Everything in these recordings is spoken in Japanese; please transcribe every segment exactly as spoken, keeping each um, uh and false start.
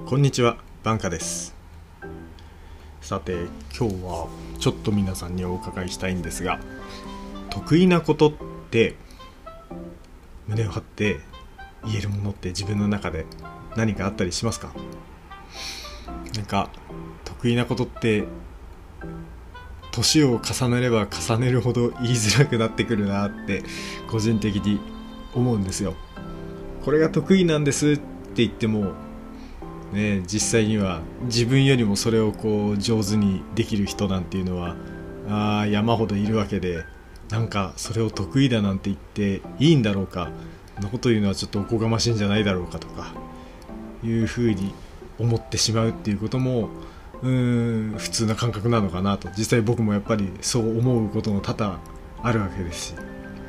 こんにちは、バンカです。さて、今日はちょっと皆さんにお伺いしたいんですが、得意なことって胸を張って言えるものって自分の中で何かあったりしますか？なんか得意なことって年を重ねれば重ねるほど言いづらくなってくるなって個人的に思うんですよ。これが得意なんですって言ってもね、実際には自分よりもそれをこう上手にできる人なんていうのはあ山ほどいるわけで、なんかそれを得意だなんて言っていいんだろうか、そんなこと言うのはちょっとおこがましいんじゃないだろうかとかいうふうに思ってしまうっていうこともうーん普通な感覚なのかなと、実際僕もやっぱりそう思うことも多々あるわけですし、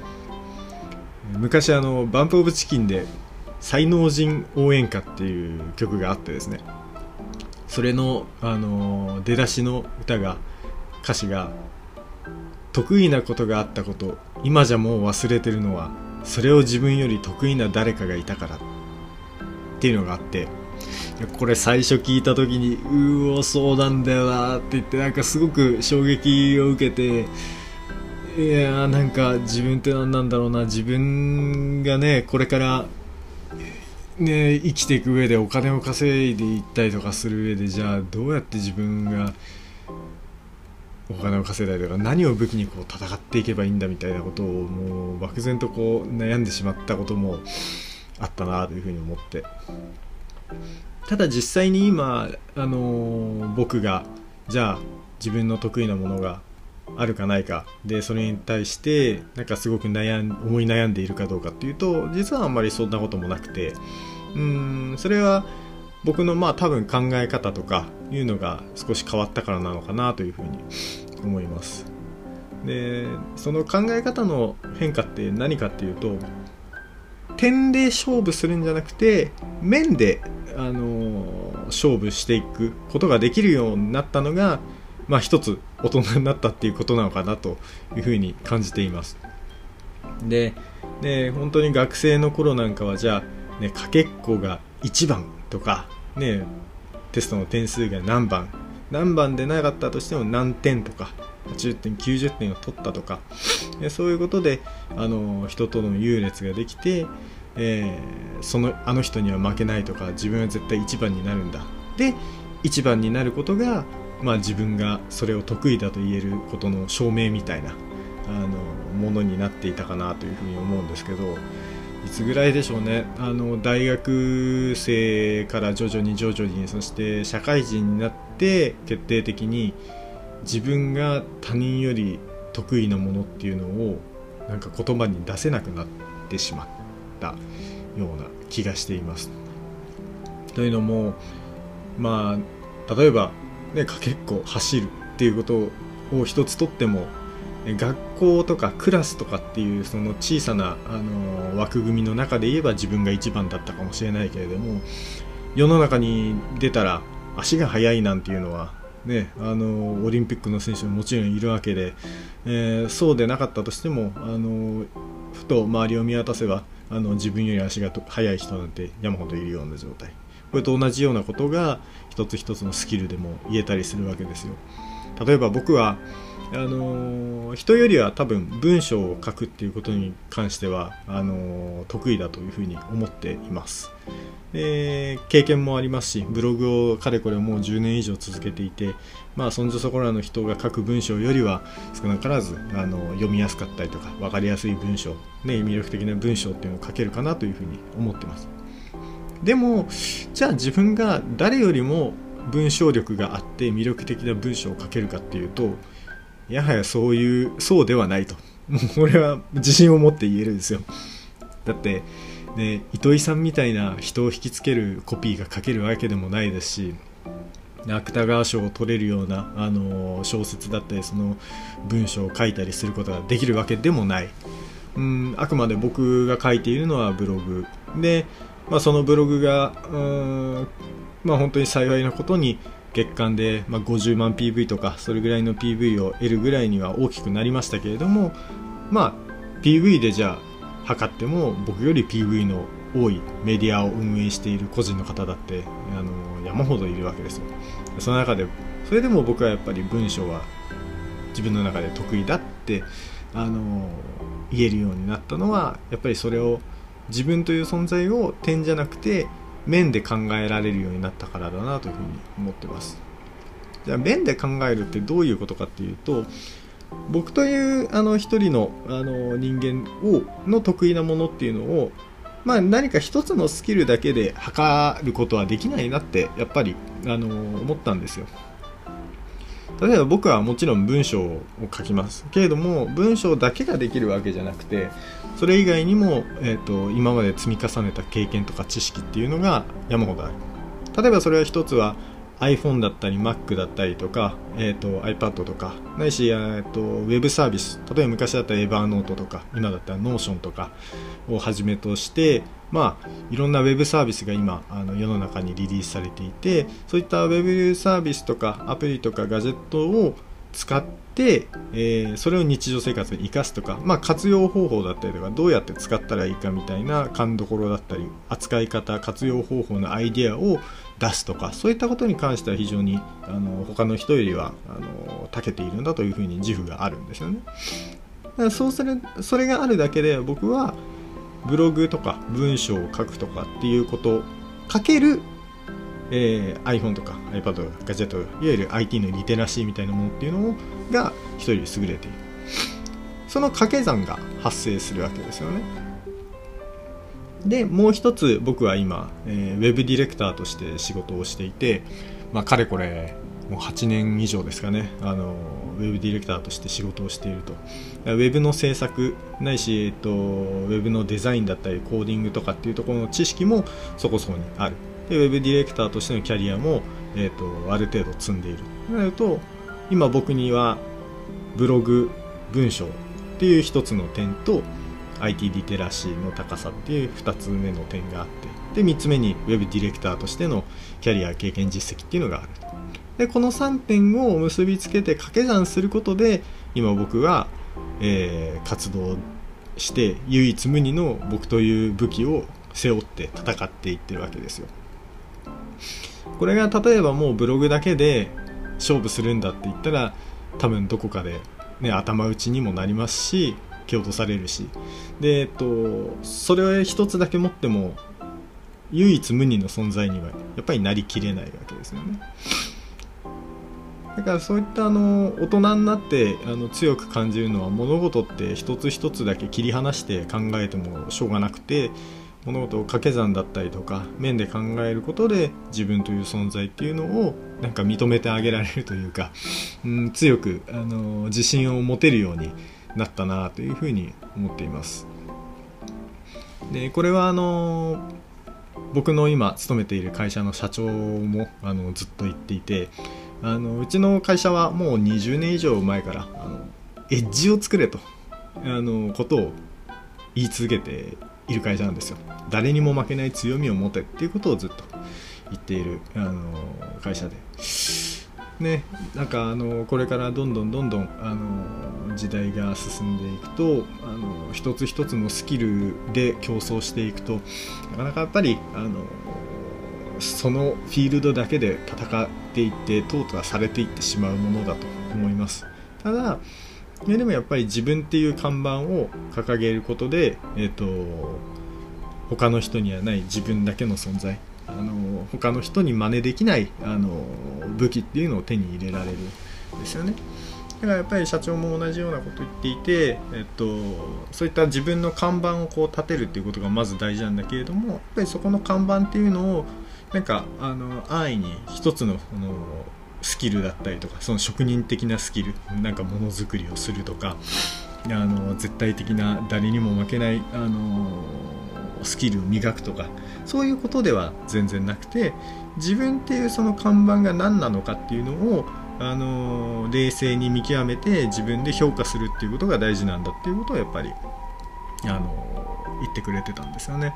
昔あのバンプオブチキンで才能人応援歌っていう曲があってですね、それの、あの出だしの歌が歌詞が得意なことがあったこと、今じゃもう忘れてるのはそれを自分より得意な誰かがいたからっていうのがあって、これ最初聞いた時にうおそうなんだよなって言って、なんかすごく衝撃を受けて、いやーなんか自分って何なんだろうな、自分がねこれからね、生きていく上でお金を稼いでいったりとかする上で、じゃあどうやって自分がお金を稼いだりとか何を武器にこう戦っていけばいいんだみたいなことをもう漠然とこう悩んでしまったこともあったなというふうに思って、ただ実際に今、あのー、僕がじゃあ自分の得意なものがあるかないかで、それに対してなんかすごく悩ん思い悩んでいるかどうかっていうと、実はあんまりそんなこともなくて、うーんそれは僕のまあ多分考え方とかいうのが少し変わったからなのかなというふうに思います。でその考え方の変化って何かっていうと、点で勝負するんじゃなくて面で、あのー、勝負していくことができるようになったのが、まあ一つ大人になったっていうことなのかなというふうに感じています。で、で本当に学生の頃なんかはじゃあ、ね、かけっこがいちばんとか、ね、テストの点数が何番何番でなかったとしても何点とかはちじゅってんきゅうじゅってんを取ったとか、そういうことであの人との優劣ができて、えー、そのあの人には負けないとか、自分は絶対いちばんになるんだでいちばんになることが、まあ、自分がそれを得意だと言えることの証明みたいなあのものになっていたかなというふうに思うんですけど、いつぐらいでしょうね、あの大学生から徐々に徐々に、そして社会人になって決定的に自分が他人より得意なものっていうのをなんか言葉に出せなくなってしまったような気がしています。というのも、まあ例えばね、かけっこ走るっていうことを一つとっても、学校とかクラスとかっていうその小さな、あの枠組みの中で言えば自分が一番だったかもしれないけれども、世の中に出たら足が速いなんていうのはね、あのオリンピックの選手ももちろんいるわけで、えー、そうでなかったとしても、あのふと周りを見渡せばあの自分より足が速い人なんて山ほどいるような状態、これと同じようなことが一つ一つのスキルでも言えたりするわけですよ。例えば僕はあのー、人よりは多分文章を書くっていうことに関してはあのー、得意だというふうに思っています。で経験もありますし、ブログをかれこれもうじゅうねん以上続けていて、まあそんじょそこらの人が書く文章よりは少なからずあの読みやすかったりとか分かりやすい文章、ね、魅力的な文章っていうのを書けるかなというふうに思ってます。でもじゃあ自分が誰よりも文章力があって魅力的な文章を書けるかっていうと、やはやそういうそうではないと、もうこれは自信を持って言えるんですよ。だってね、糸井さんみたいな人を引きつけるコピーが書けるわけでもないですし、芥川賞を取れるようなあの小説だったりその文章を書いたりすることができるわけでもない。うん、あくまで僕が書いているのはブログで、まあ、そのブログがうーん、まあ、本当に幸いなことに月間でまあごじゅうまん ピーブイ とかそれぐらいの ピーブイ を得るぐらいには大きくなりましたけれども、まあ ピーブイ でじゃあ測っても僕より ピーブイ の多いメディアを運営している個人の方だってあの山ほどいるわけですよ。その中でそれでも僕はやっぱり文章は自分の中で得意だってあの言えるようになったのは、やっぱりそれを自分という存在を点じゃなくて面で考えられるようになったからだなというふうに思ってます。じゃあ面で考えるってどういうことかっていうと、僕というあの一人のあの人間をの得意なものっていうのを、まあ、何か一つのスキルだけで測ることはできないなってやっぱりあの思ったんですよ。例えば僕はもちろん文章を書きますけれども、文章だけができるわけじゃなくて、それ以外にも、えーと、今まで積み重ねた経験とか知識っていうのが山ほどある。例えばそれは一つは iPhone だったり Mac だったりとか、えーと、iPad とかないし、えーと、ウェブサービス、例えば昔だったら Evernote とか今だったら Notion とかをはじめとして、まあ、いろんなウェブサービスが今あの世の中にリリースされていて、そういったウェブサービスとかアプリとかガジェットを使って、えー、それを日常生活に生かすとか、まあ、活用方法だったりとかどうやって使ったらいいかみたいな勘どころだったり扱い方、活用方法のアイデアを出すとか、そういったことに関しては非常にあの他の人よりはあの長けているんだというふうに自負があるんですよね。だからそうするそれがあるだけで僕はブログとか文章を書くとかっていうことかける、えー、iPhone とか iPad とかガジェット、いわゆる アイティー のリテラシーみたいなものっていうのが一人より優れている。その掛け算が発生するわけですよね。でもう一つ僕は今、えー、ウェブディレクターとして仕事をしていて、まあ、かれこれもうはちねん以上ですかね、あのウェブディレクターとして仕事をしていると。ウェブの制作ないし、えっと、ウェブのデザインだったりコーディングとかっていうところの知識もそこそこにある。でウェブディレクターとしてのキャリアも、えっと、ある程度積んでいるとなると、今僕にはブログ、文章っていう一つの点と アイティー リテラシーの高さっていう二つ目の点があって、で三つ目にウェブディレクターとしてのキャリア経験実績っていうのがある。でこのさんてんを結びつけて掛け算することで今僕は、えー、活動して唯一無二の僕という武器を背負って戦っていってるわけですよ。これが例えばもうブログだけで勝負するんだって言ったら多分どこかで、ね、頭打ちにもなりますし蹴落とされるし、で、えっと、それを一つだけ持っても唯一無二の存在にはやっぱりなりきれないわけですよね。だからそういったあの大人になってあの強く感じるのは、物事って一つ一つだけ切り離して考えてもしょうがなくて、物事を掛け算だったりとか面で考えることで自分という存在っていうのをなんか認めてあげられるというか、うん、強くあの自信を持てるようになったなというふうに思っています。でこれはあの僕の今勤めている会社の社長もあのずっと言っていて、あのうちの会社はもうにじゅうねん以上前からあのエッジを作れとあのことを言い続けている会社なんですよ。誰にも負けない強みを持てっていうことをずっと言っているあの会社でね、なんかあのこれからどんどんどんどんあの時代が進んでいくと、あの一つ一つのスキルで競争していくと、なかなかやっぱりあのそのフィールドだけで戦っていって淘汰されていってしまうものだと思います。ただでもやっぱり自分っていう看板を掲げることで、えーと、他の人にはない自分だけの存在、あの他の人に真似できないあの武器っていうのを手に入れられるんですよね。だからやっぱり社長も同じようなことを言っていて、えっと、そういった自分の看板をこう立てるっていうことがまず大事なんだけれども、やっぱりそこの看板っていうのをなんかあの安易に一つの、あのスキルだったりとか、その職人的なスキル、なんかものづくりをするとか、あの絶対的な誰にも負けないあのスキルを磨くとか、そういうことでは全然なくて、自分っていうその看板が何なのかっていうのをあの冷静に見極めて自分で評価するっていうことが大事なんだっていうことをやっぱりあの言ってくれてたんですよね。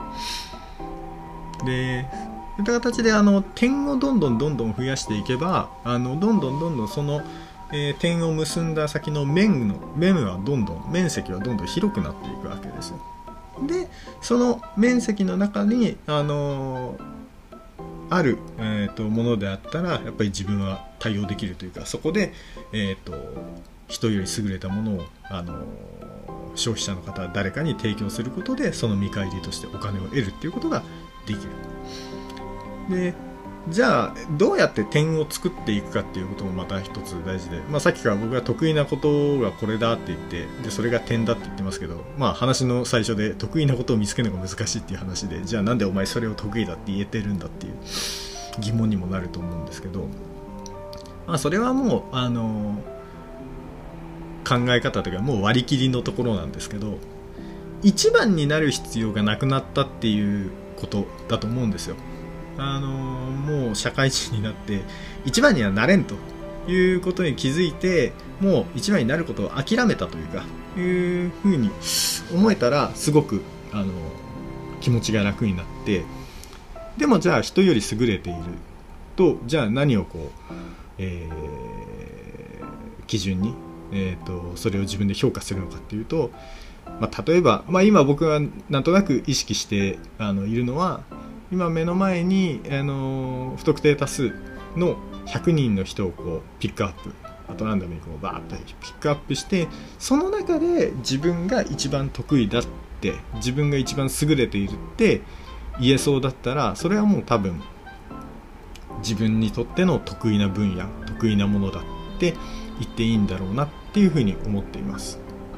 でそういった形であの点をどんどんどんどん増やしていけば、あのどんどんどんどんその、えー、点を結んだ先の面の面はどんどん面積はどんどん広くなっていくわけですよ。でその面積の中にあのある、えー、とものであったらやっぱり自分は対応できるというか、そこで、えー、と人より優れたものを、あの消費者の方誰かに提供することでその見返りとしてお金を得るっていうことができる。でじゃあどうやって点を作っていくかっていうこともまた一つ大事で、まあ、さっきから僕が得意なことがこれだって言ってでそれが点だって言ってますけど、まあ、話の最初で得意なことを見つけるのが難しいっていう話で、じゃあなんでお前それを得意だって言えてるんだっていう疑問にもなると思うんですけど、まあ、それはもうあの考え方というかもう割り切りのところなんですけど、一番になる必要がなくなったっていうことだと思うんですよ。あのもう社会人になって一番にはなれんということに気づいて、もう一番になることを諦めたというかいうふうに思えたらすごくあの気持ちが楽になって、でもじゃあ人より優れているとじゃあ何をこう、えー、基準に、えーと、それを自分で評価するのかっていうと、まあ、例えば、まあ、今僕がなんとなく意識してあのいるのは、今目の前に、あの不特定多数のひゃくにんの人をこうピックアップ、あとランダムにこうバーッとピックアップして、その中で自分が一番得意だって、自分が一番優れているって言えそうだったら、それはもう多分自分にとっての得意な分野、得意なものだって言っていいんだろうなっていうふうに思っています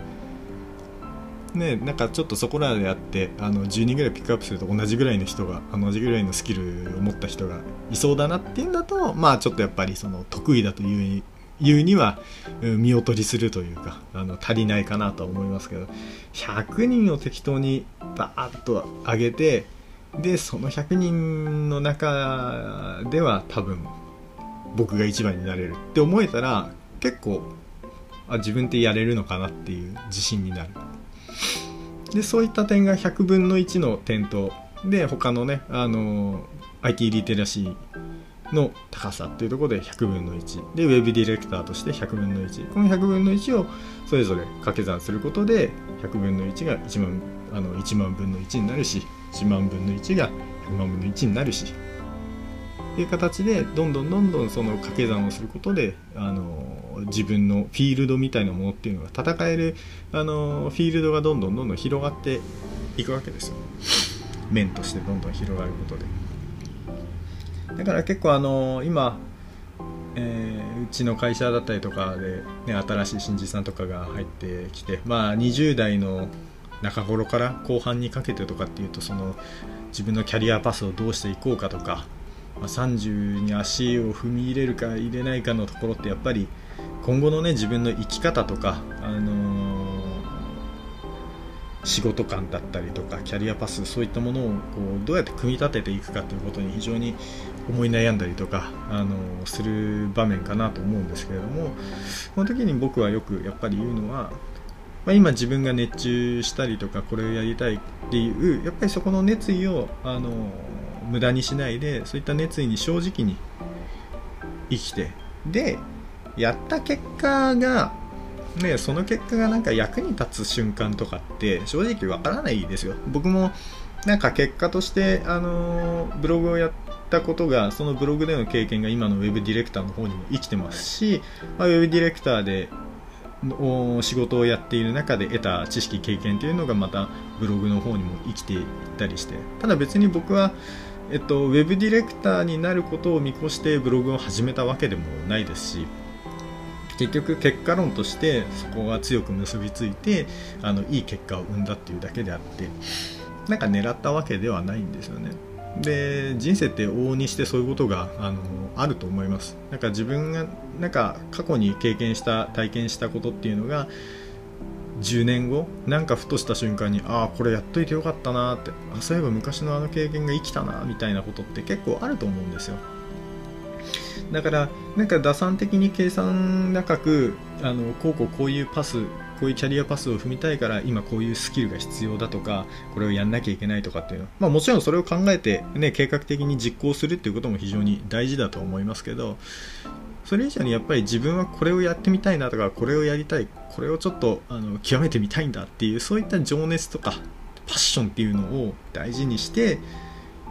ね。なんかちょっとそこらであってあのじゅうにんぐらいピックアップすると同じぐらいの人が同じぐらいのスキルを持った人がいそうだなっていうんだと、まあちょっとやっぱりその得意だというに言うには見劣りするというか、あの足りないかなとは思いますけど、ひゃくにんを適当にバーッと上げて、でそのひゃくにんの中では多分僕が一番になれるって思えたら、結構あ自分ってやれるのかなっていう自信になる。でそういった点がひゃくぶんのいちの点と、で他のねあの アイティー リテラシーの高さっていうところでひゃくぶんのいちで、ウェブディレクターとしてひゃくぶんのいち、このひゃくぶんのいちをそれぞれ掛け算することでひゃくぶんのいちがいちまん、あのいちまんぶんのいちになるし、いちまんぶんのいちがひゃくまんぶんのいちになるしっていう形で、どんどんどんどんその掛け算をすることで、あの自分のフィールドみたいなものっていうのが戦える、あのフィールドがどんどんどんどん広がっていくわけですよ。面としてどんどん広がることで。だから結構あの今、えー、うちの会社だったりとかで、ね、新しい新人さんとかが入ってきて、まあ、にじゅう代の中頃から後半にかけてとかっていうと、その自分のキャリアパスをどうしていこうかとか、まあ、さんじゅうに足を踏み入れるか入れないかのところってやっぱり今後のね自分の生き方とか、あのー、仕事観だったりとかキャリアパス、そういったものをこうどうやって組み立てていくかということに非常に思い悩んだりとか、あのー、する場面かなと思うんですけれども、この時に僕はよくやっぱり言うのは、まあ、今自分が熱中したりとかこれをやりたいっていうやっぱりそこの熱意を、あのー、無駄にしないで、そういった熱意に正直に生きて、でやった結果がね、その結果がなんか役に立つ瞬間とかって正直わからないですよ。僕もなんか結果としてあのブログをやったことが、そのブログでの経験が今のウェブディレクターの方にも生きてますし、まあ、ウェブディレクターで仕事をやっている中で得た知識経験というのがまたブログの方にも生きていったりして、ただ別に僕はえっと、ウェブディレクターになることを見越してブログを始めたわけでもないですし、結局結果論としてそこが強く結びついてあのいい結果を生んだっていうだけであって、なんか狙ったわけではないんですよね。で人生って往々にしてそういうことがあのあると思います。なんか自分がなんか過去に経験した体験したことっていうのがじゅうねんごなんかふとした瞬間に、ああこれやっといてよかったなって、あそういえば昔のあの経験が生きたなみたいなことって結構あると思うんですよ。だからなんか打算的に計算高くあのこうこうこういうパスこういうキャリアパスを踏みたいから今こういうスキルが必要だとか、これをやんなきゃいけないとかっていうのは、まあ、もちろんそれを考えて、ね、計画的に実行するっていうことも非常に大事だと思いますけど、それ以上にやっぱり自分はこれをやってみたいなとか、これをやりたい、これをちょっとあの極めてみたいんだっていう、そういった情熱とかパッションっていうのを大事にして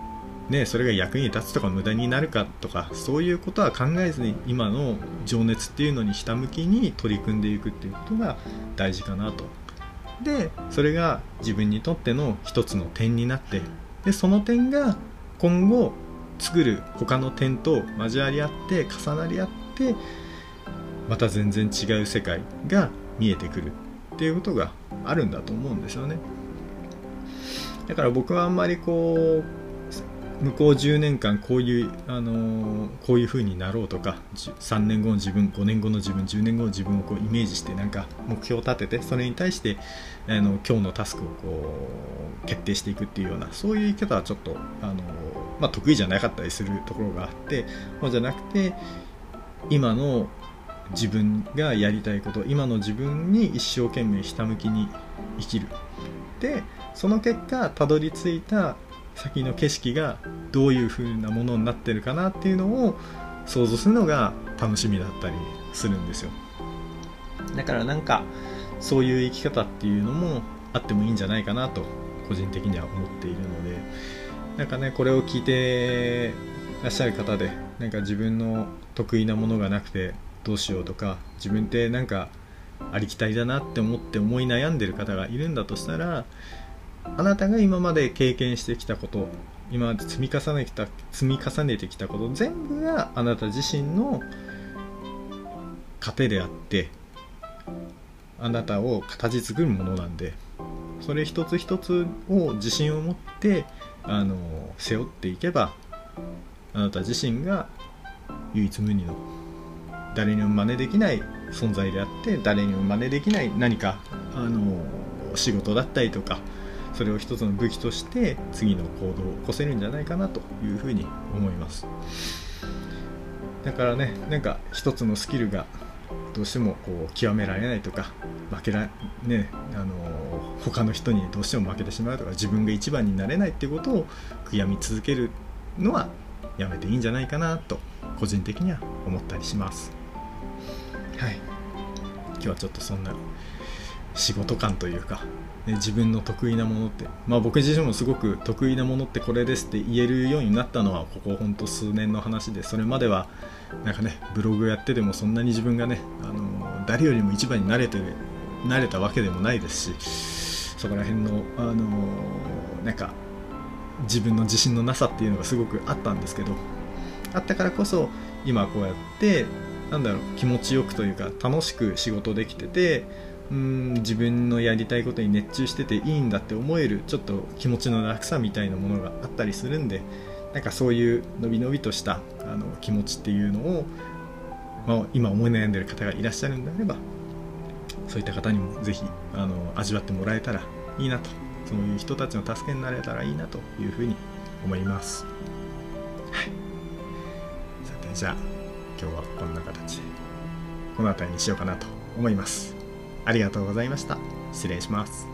ね、それが役に立つとか無駄になるかとかそういうことは考えずに今の情熱っていうのにひたむきに取り組んでいくっていうことが大事かなと。でそれが自分にとっての一つの点になって、でその点が今後作る他の点と交わり合って重なり合ってまた全然違う世界が見えてくるっていうことがあるんだと思うんですよね。だから僕はあんまりこう向こうじゅうねんかんこういう、あのー、こういう風になろうとかさんねんごの自分、ごねんごの自分、じゅうねんごの自分をこうイメージしてなんか目標を立ててそれに対してあの今日のタスクをこう決定していくっていうようなそういう生き方はちょっと、あのーまあ、得意じゃなかったりするところがあって、そうじゃなくて今の自分がやりたいこと、今の自分に一生懸命ひたむきに生きる。でその結果たどり着いた先の景色がどういう風なものになってるかなっていうのを想像するのが楽しみだったりするんですよ。だからなんかそういう生き方っていうのもあってもいいんじゃないかなと個人的には思っているので、なんかねこれを聞いてらっしゃる方でなんか自分の得意なものがなくてどうしようとか、自分ってなんかありきたりだなって思って思い悩んでる方がいるんだとしたら、あなたが今まで経験してきたこと、今まで積み重ねてきた積み重ねてきたこと全部があなた自身の糧であってあなたを形作るものなんで、それ一つ一つを自信を持ってあの背負っていけばあなた自身が唯一無二の誰にも真似できない存在であって、誰にも真似できない何かあの仕事だったりとかそれを一つの武器として次の行動を起こせるんじゃないかなというふうに思います。だからねなんか一つのスキルがどうしてもこう極められないとか負けらねあの他の人にどうしても負けてしまうとか自分が一番になれないっていうことを悔やみ続けるのはやめていいんじゃないかなと個人的には思ったりします。はい、今日はちょっとそんな仕事感というか、ね、自分の得意なものって、まあ僕自身もすごく得意なものってこれですって言えるようになったのはここほんと数年の話で、それまではなんかねブログやっててもそんなに自分がねあの誰よりも一番になれてなれたわけでもないですし、そこら辺のあのなんか自分の自信のなさっていうのがすごくあったんですけど、あったからこそ今こうやってなんだろう気持ちよくというか楽しく仕事できてて、うーん自分のやりたいことに熱中してていいんだって思えるちょっと気持ちの楽さみたいなものがあったりするんで、なんかそういうのびのびとしたあの気持ちっていうのを、まあ、今思い悩んでる方がいらっしゃるんであればそういった方にもぜひあの味わってもらえたらいいなと、そういう人たちの助けになれたらいいなというふうに思います。はい、さてじゃあ今日はこんな形でこの辺りにしようかなと思います。ありがとうございました。失礼します。